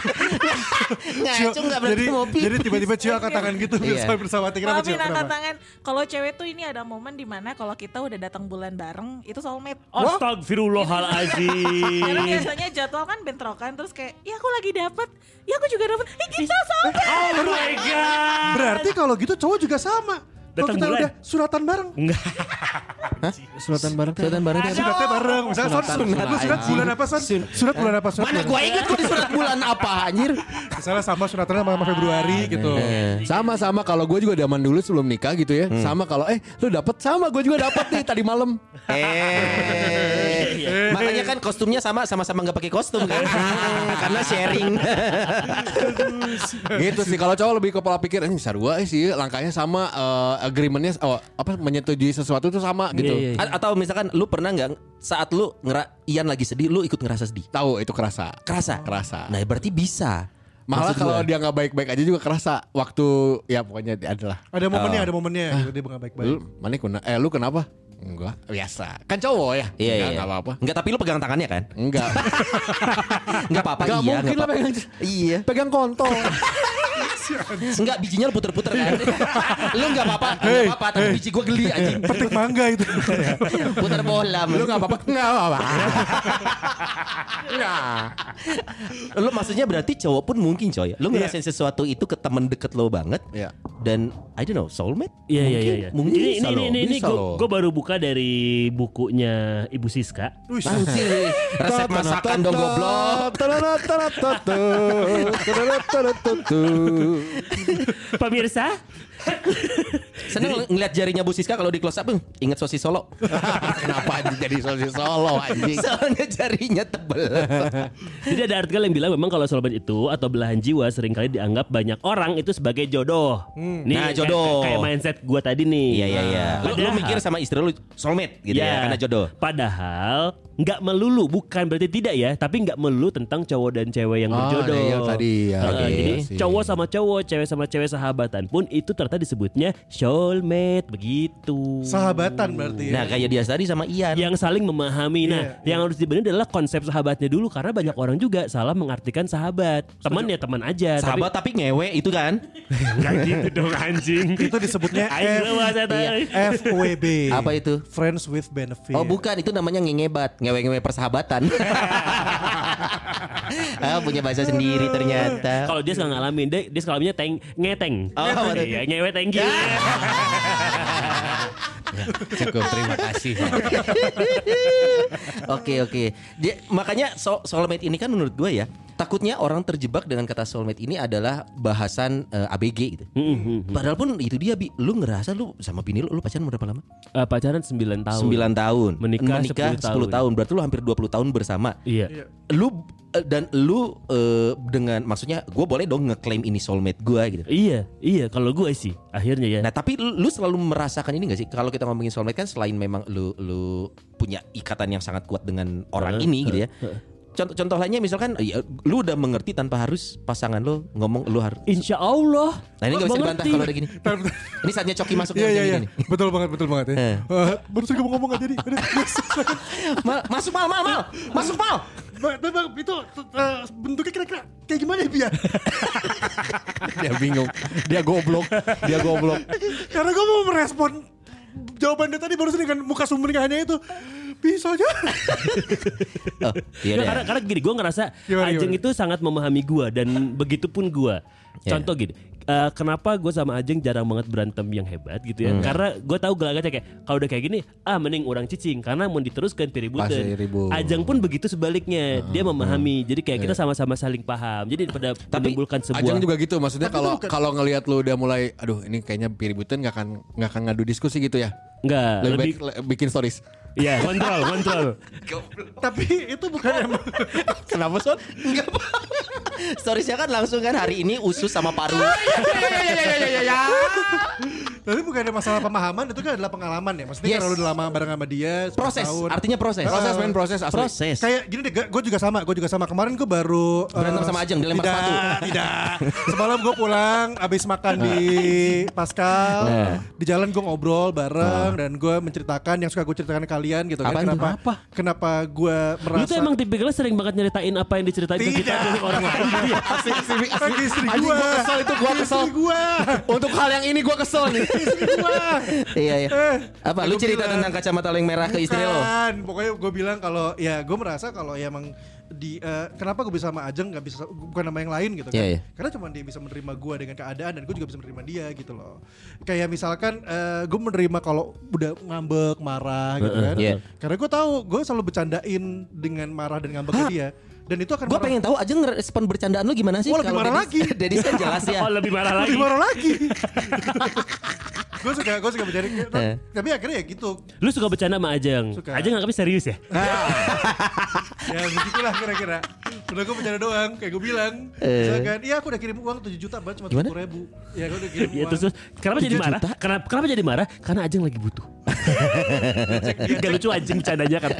gak berarti mau pipis. Jadi tiba-tiba Cio angkat tangan gitu bersama kenapa Cio? Angkat tangan. Kalau cewek tuh ini ada momen dimana kalau kita udah datang bulan bareng itu soulmate. Astagfirullahaladzim. Karena biasanya jadwal kan bentrokan terus kayak ya aku lagi dapet, ya aku juga dapet. Kita soulmate. Oh my god. Berarti kalau gitu cowok juga sama. Kalau kita udah suratan bareng. Enggak. Suratan bareng. Suratnya bareng. Misalnya surat bulan apa Son? Surat bulan apa? Mana gua ingat kok di surat bulan apa anjir. Misalnya sama suratannya sama Februari gitu. Sama kalau gue juga zaman dulu sebelum nikah gitu ya. Sama kalau lu dapet sama gue juga dapet nih tadi malam. Makanya kan kostumnya sama-sama nggak pakai kostum kan. Karena sharing. Gitu sih kalau cowok lebih ke pola pikir ini sarua sih langkahnya sama agreementnya menyetujui sesuatu itu sama gitu. Atau misalkan lu pernah nggak saat lu Ian lagi sedih lu ikut ngerasa sedih? Tahu itu kerasa. Nah berarti bisa. Malah kalau dia nggak baik-baik aja juga kerasa waktu ya pokoknya adalah. Ada momennya dia nggak baik-baik. Lu kenapa? Enggak, biasa. Kan cowok ya? Iya. Enggak apa-apa. Enggak, tapi lu pegang tangannya kan? Enggak. Enggak apa-apa. Enggak mungkin lah pegang. Iya. Pegang kontol. Enggak, bijinya lu puter-puter kan. Lu enggak apa-apa, enggak apa-apa, tapi biji gua geli anjing. Petik mangga itu. Puter bola. Lu enggak apa-apa. Enggak apa-apa. Lu maksudnya berarti cowok pun mungkin coy. Lu ngerasain sesuatu itu ke teman deket lo banget. Iya. Dan I don't know, soulmate? Iya. Mungkin Ini gue baru buka dari bukunya Ibu Siska. Anjir, resep masakan dong goblok. Pemirsa, Seneng ngeliat jarinya Bu Siska kalau di close up, inget sosis Solo. Kenapa jadi sosis Solo anjing? Soalnya jarinya tebel. jadi ada artikel yang bilang memang kalau soulmate itu atau belahan jiwa seringkali dianggap banyak orang itu sebagai jodoh. Nih, Nah, jodoh. Kayak mindset gue tadi nih. Iya. Lu mikir sama istri lu soulmate gitu ya karena jodoh. Padahal nggak melulu, bukan berarti tidak ya, tapi nggak melulu tentang cowok dan cewek yang berjodoh. Iya tadi ya. Jadi Sih. cowok sama cowok, cewek sama cewek sahabatan pun itu ternyata disebutnya soulmate begitu. Sahabatan berarti ya. Nah, kayak dia tadi sama Ian. Yang saling memahami. Nah, yang harus dibenahi adalah konsep sahabatnya dulu karena banyak orang juga salah mengartikan sahabat. Teman ya teman aja. Sahabat tapi ngewe itu kan. Nggak gitu dong anjing. Itu disebutnya FWB. Apa itu? Friends with benefit. Oh bukan, itu namanya ngengebat. Ngewe-ngewe persahabatan. Punya bahasa sendiri ternyata. Kalau dia nggak ngalamin, dia ngalaminnya ngeteng. Oh, iya, ngewe thank you. Cukup, terima kasih. Oke. Makanya soulmate ini kan menurut gue ya, takutnya orang terjebak dengan kata soulmate ini adalah bahasan ABG gitu. Padahal pun itu dia, lu ngerasa lu sama bini lu pacaran berapa lama? Pacaran 9 tahun. 9 tahun. Menikah 10 tahun. Berarti lu hampir 20 tahun bersama. Iya. Lu dengan maksudnya gue boleh dong ngeklaim ini soulmate gue gitu. Iya kalau gue sih akhirnya ya. Nah tapi lu selalu merasakan ini gak sih? Kalau kita ngomongin soulmate kan selain memang lu punya ikatan yang sangat kuat dengan orang ini gitu ya. Contoh lainnya misalkan lu udah mengerti tanpa harus pasangan lu ngomong lu harus. Insya Allah. Nah ini gak bisa dibantah kalau ada gini. Ini saatnya Coki masuk. Iya. Betul banget ya. Baru saya ngomong aja nih. Masuk mal. Masuk mal. Bang, itu bentuknya kira-kira kayak gimana ya Bia? Dia bingung. Dia goblok. Karena gue mau merespon jawaban dia tadi barusan dengan muka sumringahnya itu. Bisa aja. Karena gini, gue ngerasa Ajeng itu sangat memahami gue dan begitupun gue. Contoh gini, kenapa gue sama Ajeng jarang banget berantem yang hebat gitu ya? Karena gue tahu gelagatnya kayak kalau udah kayak gini, mending orang cicing karena mau diteruskan piributan. Ajeng pun begitu sebaliknya, dia memahami. Jadi kayak kita sama-sama saling paham. Jadi pada menimbulkan sebuah. Ajeng juga gitu, maksudnya kalau ngelihat lu udah mulai, aduh ini kayaknya piributan nggak akan ngadu diskusi gitu ya? Enggak, lebih baik bikin stories. Iya, kontrol. Tapi itu bukan emang. Kenapa Son? Enggak apa. Storiesnya kan langsung kan hari ini usus sama paru. Ya. Tapi bukan ada masalah pemahaman, itu kan adalah pengalaman ya. Maksudnya kalau udah lama bareng sama dia. Proses, artinya proses. Proses asli. Proses. Kayak gini deh, gue juga sama. Kemarin gue baru berantem sama Ajeng dilempar sepatu. Tidak. Semalam gue pulang abis makan di Pascal. Di jalan gue ngobrol bareng dan gue menceritakan yang suka gue ceritakan ke kalian gitu kan. Kenapa gue merasa. Lu tuh emang tipikalnya sering banget nyeritain apa yang diceritain ke kita dari orang lain gitu ya. Istri gue. Gue kesel. Untuk hal yang ini gue kesel nih. Istri gue. Iya. Apa lu cerita tentang kacamata yang merah ke istri lo? Pokoknya gue bilang kalau ya gue merasa kalau ya emang kenapa gue bisa sama Ajeng nggak bisa bukan sama yang lain gitu kan? Karena cuma dia bisa menerima gue dengan keadaan dan gue juga bisa menerima dia gitu loh. Kayak misalkan gue menerima kalau udah ngambek, marah gitu kan. Karena gue tahu gue selalu bercandain dengan marah dan ngambeknya dia. Dan itu akan. Gue pengen tahu aja ngerespon bercandaan lu gimana sih? Lebih marah lagi. Dedis kan jelas ya. Lebih marah lagi. Gue suka bercanda. Tapi akhirnya ya gitu. Lu suka bercanda sama Ajeng. Ajeng nganggapnya serius ya? Ya begitulah kira-kira. Udah gue bercanda doang. Kayak gue bilang. Misalkan, iya aku udah kirim uang 7 juta banget cuma 10.000. Ya gue udah kirim uang. Terus kenapa jadi marah? Kenapa jadi marah? Karena Ajeng lagi butuh. Gak lucu Ajeng bercandanya karena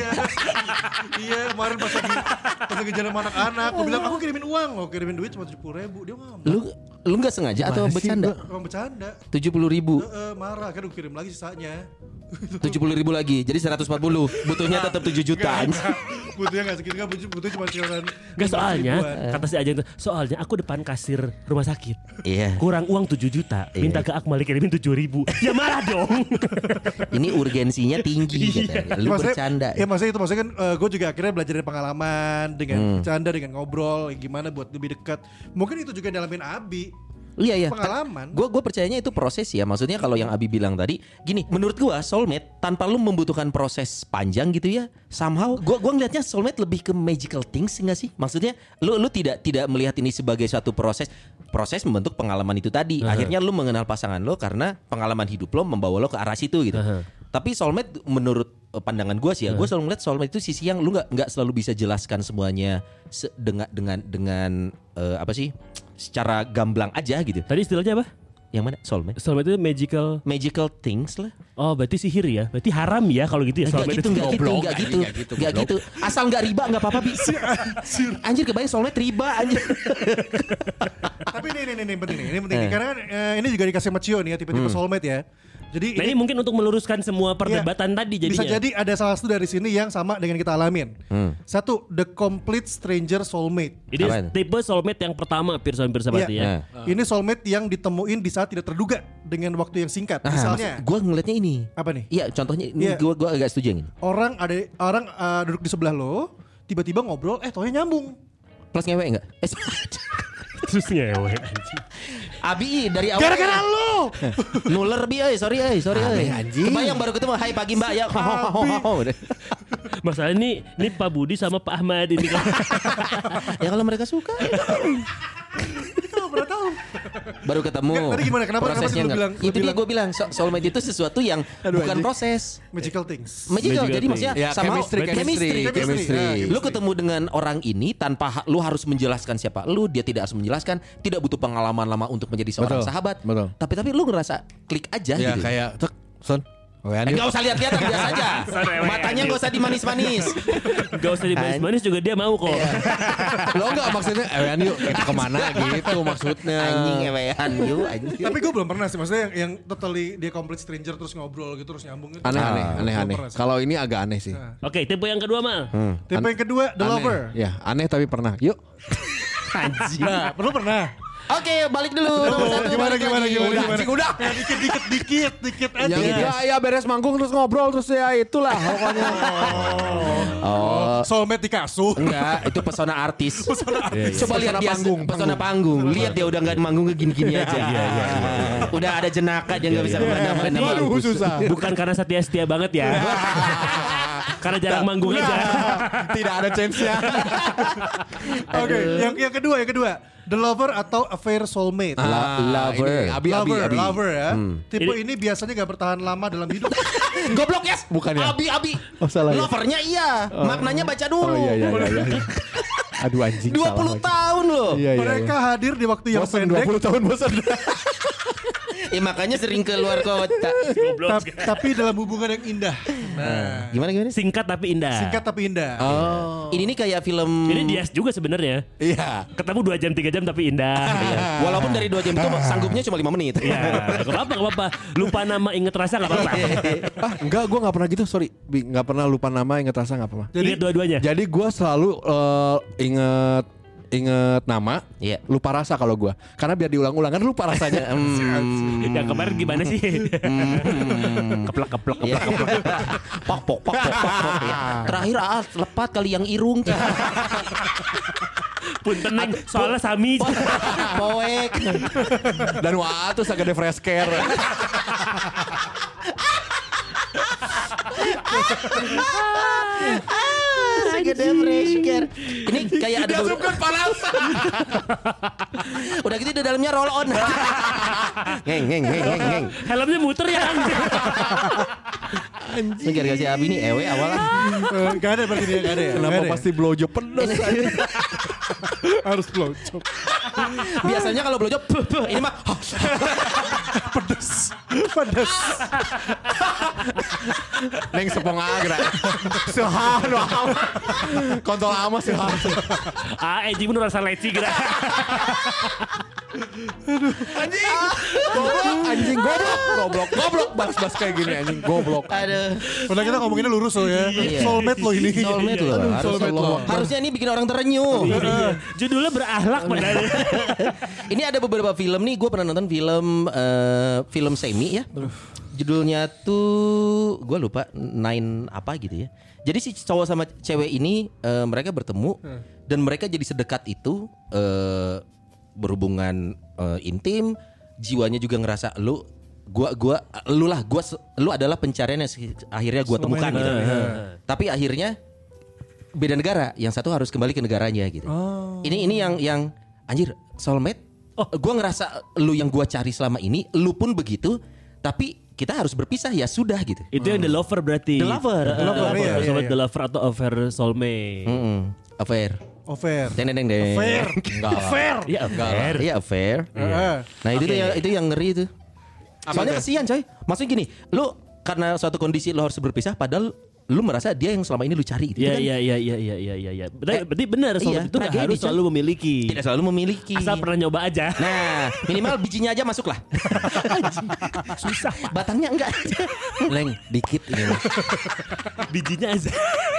Iya kemarin pas lagi jalan sama anak-anak. Gue bilang aku kirimin uang. Mau kirimin duit cuma 10.000. Dia ngomong. Lu gak sengaja atau bercanda? Emang bercanda. 70.000. Marah kan gue kirim lagi sisanya. 70.000 lagi. Jadi 140. Butuhnya tetap 7 juta. Butuhnya gak segitu kan, butuh cuma sekian. Gak soalnya, kata si Ajeng tuh, soalnya aku depan kasir rumah sakit. Iya. Kurang uang 7 juta, minta ke Akmal kirimin 7.000. Ya marah dong. Ini urgensinya tinggi katanya. Lu bercanda. Ya maksudnya itu, maksudnya kan gue juga akhirnya belajar dari pengalaman, dengan bercanda, dengan ngobrol, gimana buat lebih dekat. Mungkin itu juga dalamin Abi. Iya. Pengalaman. Gue percayanya itu proses ya. Maksudnya kalau yang Abi bilang tadi, gini, menurut gue soulmate tanpa lu membutuhkan proses panjang gitu ya. Somehow gue ngelihatnya soulmate lebih ke magical things enggak sih? Maksudnya lu tidak melihat ini sebagai suatu proses membentuk pengalaman itu tadi. Akhirnya lu mengenal pasangan lo karena pengalaman hidup lo membawa lo ke arah situ gitu. Tapi soulmate menurut pandangan gue sih ya, gue selalu melihat soulmate itu sisi yang lu nggak selalu bisa jelaskan semuanya dengan apa sih? Secara gamblang aja gitu. Tadi istilahnya apa? Yang mana? Soulmate? Soulmate itu magical things lah. Oh, berarti sihir ya? Berarti haram ya kalau gitu ya? Enggak gitu. Asal enggak riba enggak apa-apa, Bi. Anjir, kebayang soulmate riba anjir. Tapi ini penting nih. Karena kan ini juga dikasih sama Cio nih ya, tipe-tipe soulmate ya. Jadi ini mungkin untuk meluruskan semua perdebatan tadi jadinya. Bisa jadi ada salah satu dari sini yang sama dengan kita alamin. Satu, the complete stranger soulmate. Ini tipe soulmate yang pertama, Pirsawan-Pirsawati ya. Ini soulmate yang ditemuin di saat tidak terduga dengan waktu yang singkat. Misalnya, gue ngelihatnya ini. Apa nih? Iya, contohnya ini gue agak setuju yang ini. Orang duduk di sebelah lo, tiba-tiba ngobrol, taunya nyambung. Plus ngewe enggak? Terus ngewe anjing. Abi dari awal. Gara-gara lo. Nuler Bi, sorry. Kebayang baru ketemu, hai pagi Mbak ya. Masalah ini Pak Budi sama Pak Ahmad ini kan. Ya kalau mereka suka. Pernah tahu. Baru ketemu. Tadi gimana? Kenapa prosesnya bilang? Itu dia gue bilang soulmate itu sesuatu yang bukan proses. Magical things. Magical. Jadi maksudnya sama chemistry. Lu ketemu dengan orang ini tanpa lu harus menjelaskan siapa lu, dia tidak harus menjelaskan, tidak butuh pengalaman lama untuk menjadi seorang sahabat. Betul. Tapi lu ngerasa klik aja ya, gitu. Kayak Son. Enggak usah lihat-lihat biasa aja. Matanya enggak usah dimanis-manis. Enggak usah dimanis-manis juga dia mau kok. Lo enggak maksudnya ewean yuk kita kemana gitu maksudnya. Anjing ewean yuk anjing. Tapi gue belum pernah sih, maksudnya yang totally dia complete stranger terus ngobrol gitu terus nyambung gitu. Aneh. Kalau ini agak aneh sih. Oke, tipe yang kedua Mal. Tipe yang kedua, the lover. Ya, aneh tapi pernah. Yuk. Anjing. Nah, perlu pernah. Oke, balik dulu. Gimana? Udah. Dikit aja. Ya beres manggung terus ngobrol terus ya itulah pokoknya. Soulmate di kasur. Enggak, itu pesona artis. Coba lihat dia pesona panggung. Panggung. Lihat dia udah enggak manggung gini-gini aja. Udah ada jenaka dia enggak bisa kemana-mana. Aduh susah. Bukan karena setia banget ya. Karena jarang manggung aja. Tidak ada chance-nya. Oke, yang kedua. The lover atau affair soulmate. Lover. Lover ya. Tipe ini biasanya gak bertahan lama dalam hidup. Goblok yes. Bukan ya? Abi. Oh salah ya. Lovernya iya. Maknanya baca dulu. Oh iya. Aduh anjing 20 tahun loh. Iya. Mereka hadir di waktu yang pendek. 20 tahun bosan. Makanya sering keluar kota. Tapi dalam hubungan yang indah. Nah, Gimana? Singkat tapi indah. Ini nih kayak film. Ini Dias juga sebenarnya. Iya. Ketemu 2 jam 3 jam tapi indah. Walaupun dari 2 jam itu sanggupnya cuma 5 menit. Iya. Gak apa-apa. Lupa nama inget rasa gak apa-apa. Enggak, gue gak pernah gitu, sorry. Gak pernah lupa nama, inget rasa gak apa-apa. Ingat dua-duanya. Jadi gue selalu inget nama, lupa rasa kalau gue. Karena biar diulang-ulang kan lupa rasanya. Yang kemarin gimana sih? Keplak. Pok. Terakhir lepat kali yang irung. Punten soalnya sami. Poek. Dan wah tuh sagede fresh care. Gede fresh care. Ini kayak ada Diasupkan panas. Udah gitu di dalamnya roll on. Ngeng. Helmnya muter ya. Anjing. Gara-gara si Abi nih ewe awalnya. Gak ada berarti dia, gak ada ya. Kenapa pasti blowjob pedes? Harus blowjob. Biasanya kalau blowjob ini mah Pedes. Neng sepong agra. Sehan kontol ama sehan. Eji menurut rasa leci kira. Goblok bahas kayak gini anjing goblok. Aduh. Padahal kita ngomonginnya lurus loh ya. Soulmate lo ini. Soulmate lo. Harusnya ini bikin orang terenyuh. Judulnya berakhlak padahal. Ini ada beberapa film nih, gue pernah nonton film semi ya. Judulnya tuh gue lupa, Nine apa gitu ya. Jadi si cowok sama cewek ini mereka bertemu dan mereka jadi sedekat itu, berhubungan intim, jiwanya juga ngerasa lu adalah pencarian yang akhirnya gue temukan gitu. Tapi akhirnya beda negara, yang satu harus kembali ke negaranya gitu. Ini yang anjir soulmate. Gue ngerasa lu yang gue cari selama ini, lu pun begitu, tapi kita harus berpisah ya sudah gitu. Itu yang The Lover berarti. The Lover. Iya. The Lover atau Affair Soulmate. Affair. Affair. Iya, Affair. Iya, affair. Nah, itu yang ngeri itu. Soalnya kasihan coy. Maksudnya gini, lu karena suatu kondisi lu harus berpisah padahal lu merasa dia yang selama ini lu cari gitu. Iya. Berarti benar soal itu nggak harus selalu memiliki. Tidak selalu memiliki. Asal pernah nyoba aja. Nah, minimal bijinya aja masuk lah. Susah, Pak. Batangnya enggak. Leng dikit ini. Bijinya aja.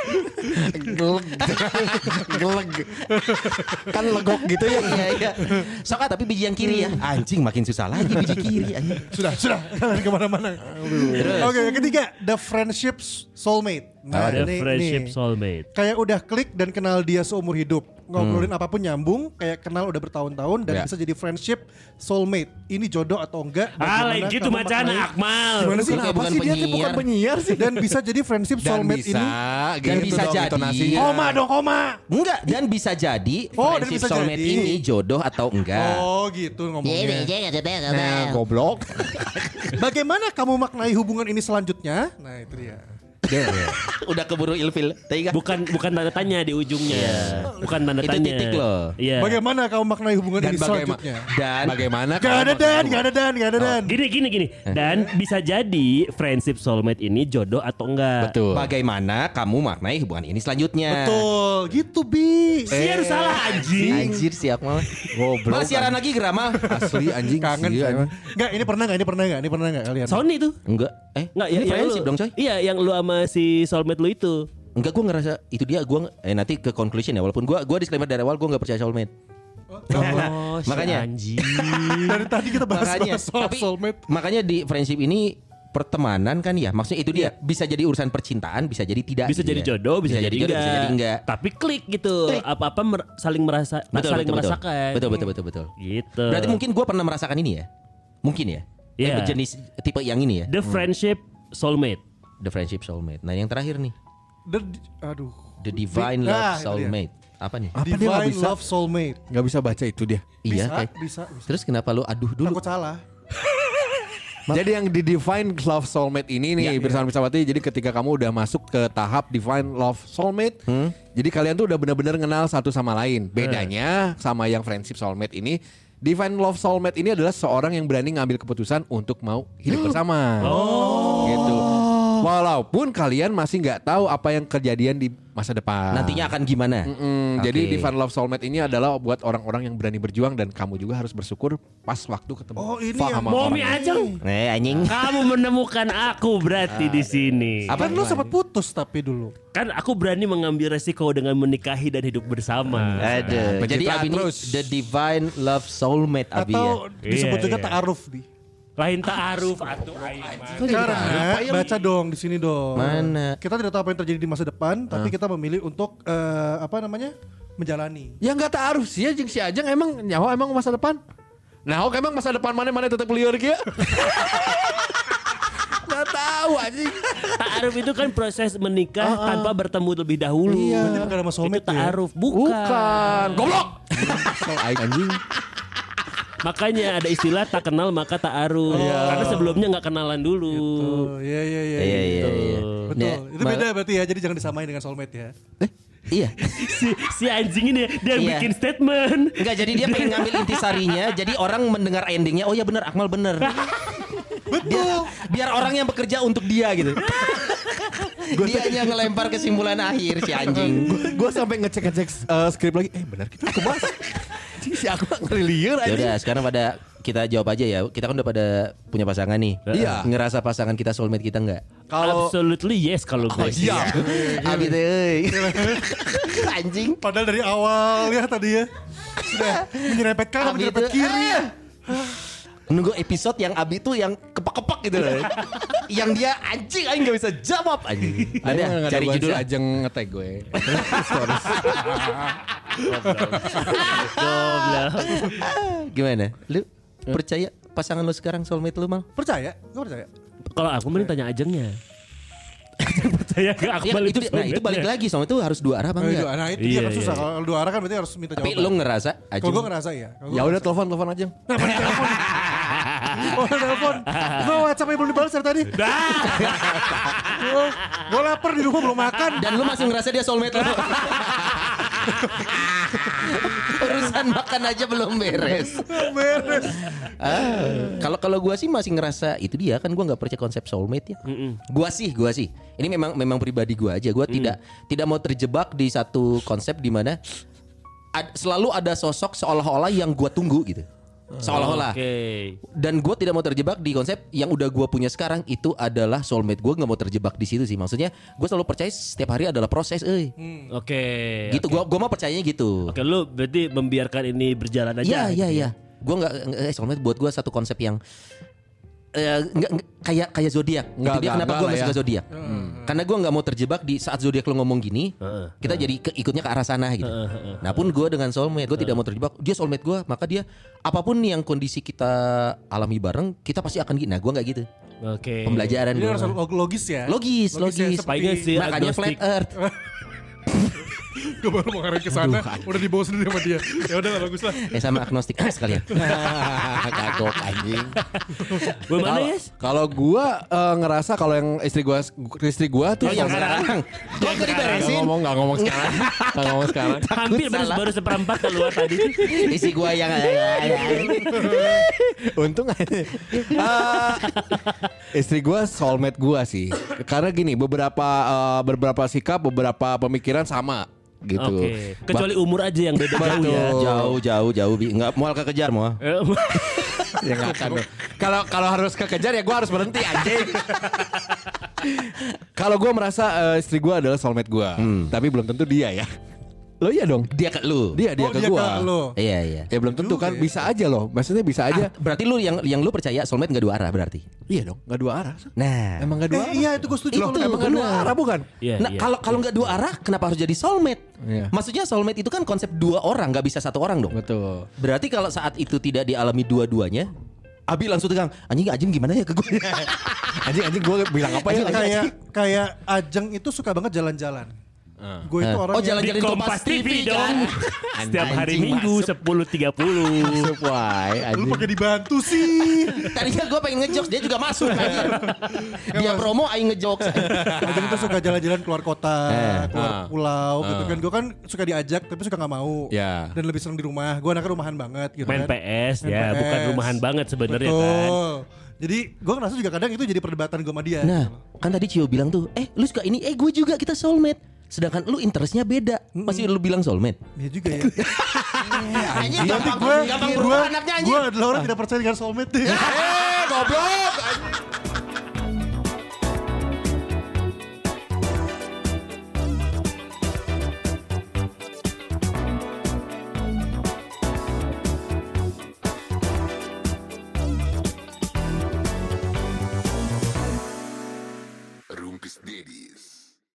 Geleg. Kan legok gitu ya. Iya. Soalnya tapi biji yang kiri ya. Anjing makin susah lagi biji kiri anjing. Sudah. Kemana-mana. Oke, yang ketiga, the friendship soulmate. Nah, The ini Friendship Soulmate. kayak udah klik dan kenal dia seumur hidup. Ngobrolin apapun nyambung, kayak kenal udah bertahun-tahun dan bisa jadi friendship soulmate. Ini jodoh atau enggak? Lain gitu macana Akmal. Gimana sih? Kayak Kenapa bukan sih dia penyiar. bukan penyiar sih? Dan bisa jadi friendship soulmate ini. Dan bisa jadi. Koma dong, koma. Enggak, dan bisa jadi dan friendship bisa soulmate jadi. ini jodoh atau enggak. Oh gitu ngomongnya. Nah, goblok. Bagaimana kamu maknai hubungan ini selanjutnya? Nah itu dia. Udah keburu ilfil. Bukan tanda tanya di ujungnya. Bukan tanda Itu tanya. titik loh. Iya. Bagaimana kamu maknai hubungan ini selanjutnya? Dan Bagaimana? Gak ada dan. Gini. Dan bisa jadi friendship soulmate ini jodoh atau enggak. Betul. bagaimana kamu maknai hubungan ini selanjutnya? Betul, gitu Bi. Siar salah anjing. Anjir siap mal. Goblok. Mal siaran lagi Grama. Asli anjing. Kangen Iya, saya. emang. Enggak, ini pernah enggak kalian? Sony tuh. Enggak. Enggak, Ini friendship dong coy. Iya, yang lu sama si soulmate lu itu. Enggak, gue ngerasa itu dia. Gue nanti ke conclusion ya. Walaupun gue disclaimer dari awal gue nggak percaya soulmate. Makanya. Anjing. Dari tadi kita bahas soal tapi soulmate. makanya di friendship ini pertemanan kan ya. Maksudnya itu dia. Bisa jadi urusan percintaan, bisa jadi tidak. Bisa gitu jadi ya. jodoh, bisa jadi jodoh, bisa jadi enggak. Tapi klik gitu. Apa-apa saling merasakan. Betul. Gitu. Berarti mungkin gue pernah merasakan ini ya. Mungkin ya. Iya. Jenis tipe yang ini ya. The friendship soulmate. The friendship soulmate. Nah yang terakhir nih. The divine Nah, love itu dia. soulmate. Apa nih? Apa dia nggak Divine bisa? love soulmate. Nggak bisa baca itu dia. Iya. Bisa. Terus kenapa lu aduh dulu? Takut salah. Jadi yang di Divine Love Soulmate ini nih bersama-bersawati. Jadi ketika kamu udah masuk ke tahap Divine Love Soulmate, jadi kalian tuh udah benar-benar kenal satu sama lain. Bedanya sama yang Friendship Soulmate ini, Divine Love Soulmate ini adalah seorang yang berani ngambil keputusan untuk mau hidup bersama. Gitu. Walaupun kalian masih nggak tahu apa yang kejadian di masa depan. Nantinya akan gimana? Jadi Oke. Divine Love Soulmate ini adalah buat orang-orang yang berani berjuang dan kamu juga harus bersyukur pas waktu ketemu. Oh, ini Faham yang sama Momi orang. Ajeng. Anjing. Kamu menemukan aku berarti di sini. Kan lu sempat putus tapi dulu. Kan aku berani mengambil resiko dengan menikahi dan hidup bersama. Ada. Jadi pencitraan Abi ini terus. the divine love soulmate Abi ya. Atau disebut Iya, juga iya. ta'aruf Bi. Lain ta'aruf atuh Aiman. Karena baca dong di sini dong. Mana? Kita tidak tahu apa yang terjadi di masa depan, tapi kita memilih untuk menjalani. Ya nggak taruh sih ya si Ajeng emang nyawa emang masa depan. Nah, emang masa depan mana tetap liar kia. Nggak tahu anjing. Ta'aruf itu kan proses menikah tanpa bertemu lebih dahulu. Berarti bukan sama Itu soulmate tuh ya? ta'aruf, bukan. Goblok. Anjing. Makanya ada istilah tak kenal maka ta'aruf. Karena sebelumnya nggak kenalan dulu. Oh, iya. Iya. Betul. Nah, Itu beda berarti ya. Jadi jangan disamain dengan soulmate ya. Iya. Si anjing ini dia yang Iya. bikin statement. Enggak, jadi dia pengen ngambil intisarinya. Jadi orang mendengar endingnya, oh ya benar Akmal benar. Betul. Biar orang yang bekerja untuk dia gitu. Dia hanya ngelempar kesimpulan akhir si anjing. Gue sampai ngecek skrip lagi. Benar kita kebas. Si aku ngelilir Ya aja. udah, sekarang pada kita jawab aja ya. Kita kan udah pada punya pasangan nih. Iya. Ngerasa pasangan kita soulmate kita enggak? Kalau Absolutely yes kalau gue. iya. Abi teh euy. Anjing. Padahal dari awal ya tadi ya sudah menyerempet kanan, Abi menyerempet itu kiri. Nunggu episode yang Abi tuh yang kepak-kepak gitu loh. Yang dia anjing aing gak bisa jawab anjing. Ada cari judul aja. Ajeng nge-tag gue. Gimana? Lu percaya pasangan lu sekarang soulmate lu mal? Percaya? Gue percaya. Kalau aku mending tanya Ajengnya. Percaya ke Ya, Akmal itu, nah itu balik lagi soalnya itu harus dua arah apa enggak? Nah itu Iya, dia kan iya, susah. iya. Kalau dua arah kan berarti harus minta Tapi jawaban. lu ngerasa aja. Kalau gue ngerasa ya. Ya udah telepon Ajeng. Oh telepon. Gue WhatsApp belum dibalas dari tadi. Gue lapar di rumah belum makan. Dan lu masih ngerasa dia soulmate lu. Urusan makan aja belum beres. Beres. Kalau gua sih masih ngerasa itu dia kan gua nggak percaya konsep soulmate ya. Gua sih. Ini memang pribadi gua aja. Gua tidak mau terjebak di satu konsep di mana selalu ada sosok seolah-olah yang gua tunggu gitu. Seolah-olah. Dan gue tidak mau terjebak di konsep yang udah gue punya sekarang itu adalah soulmate. Gue nggak mau terjebak di situ sih. Maksudnya gue selalu percaya setiap hari adalah proses. Gitu. Gue mau percayanya gitu. Oke, lu berarti membiarkan ini berjalan aja. Iya. Gue nggak soulmate buat gue satu konsep yang nggak kayak zodiak. Itu dia kenapa gue nggak suka zodiak. Karena gue nggak mau terjebak di saat zodiak lo ngomong gini, kita jadi ikutnya ke arah sana gitu. Nah pun gue dengan soulmate, gue tidak mau terjebak. Dia soulmate gue, maka dia apapun yang kondisi kita alami bareng, kita pasti akan gini. Nah gue nggak gitu. Oke. Pembelajaran Ini gue. harus logis ya. Logis. Supaya si Makanya flat agnostik. earth. Gue baru mau ngarahin ke sana. Udah dibawa sendiri sama dia. Ya udah bagus lah. Sama agnostik sekalian. Kagok anjing. Bagaimana Yes? Kalau gua ngerasa kalau yang istri gua tuh Yang sekarang. Kok gak diberesin? Enggak ngomong sekarang. Hampir baru seperempat keluar tadi. Isi gua yang Untung aja. Istri gue soulmate gue sih. Karena gini, beberapa sikap, beberapa pemikiran sama gitu. Oke. Kecuali umur aja yang beda jauh ya. Jauh. Enggak mau kekejar mau. Ya nggak akan. Kalau harus kekejar ya gue harus berhenti anjing. Kalau gue merasa istri gue adalah soulmate gue, tapi belum tentu dia ya. Lo iya dong. Dia ke lu. Dia ke dia gua. ke lu. Iya. Ya belum tentu kan, bisa aja loh. Maksudnya bisa aja. Berarti lu yang lu percaya soulmate enggak dua arah berarti. Iya dong, enggak dua arah. Nah, Emang enggak dua arah? Iya itu gue setuju. Loh, emang enggak dua arah bukan? Iya, nah iya. kalau enggak dua arah, kenapa harus jadi soulmate? Iya. Maksudnya soulmate itu kan konsep dua orang, enggak bisa satu orang dong. Betul. Berarti kalau saat itu tidak dialami dua-duanya, Abi langsung tegang, anjing gimana ya ke gue? Anjing gue bilang apa ya? Kayak Ajeng itu suka banget jalan-jalan. Gue itu orang yang jalan-jalan Di di Kompas TV dong. Setiap hari Anjing Minggu 10.30. Supply lu anjing. pakai dibantu sih. Tadinya gue pengen ngejokes, dia juga masuk anjir. Dia promo aing ngejokes. Ajeng tuh suka jalan-jalan keluar kota, keluar pulau gitu kan. Gue kan suka diajak tapi suka nggak mau. Ya. Dan lebih seneng di rumah. Gue anaknya rumahan banget gitu Main kan. PS Main ya, PS. bukan rumahan banget sebenarnya kan. Betul. Jadi gue ngerasa juga kadang itu jadi perdebatan gue sama dia. Nah, kan tadi Cio bilang tuh, lu suka ini, gue juga, kita soulmate. Sedangkan lu interestnya beda. Masih lu bilang soulmate. Iya juga ya. Anjing Nanti gampang berubah anaknya anjing. gue adalah orang tidak percaya dengan soulmate. Goblok.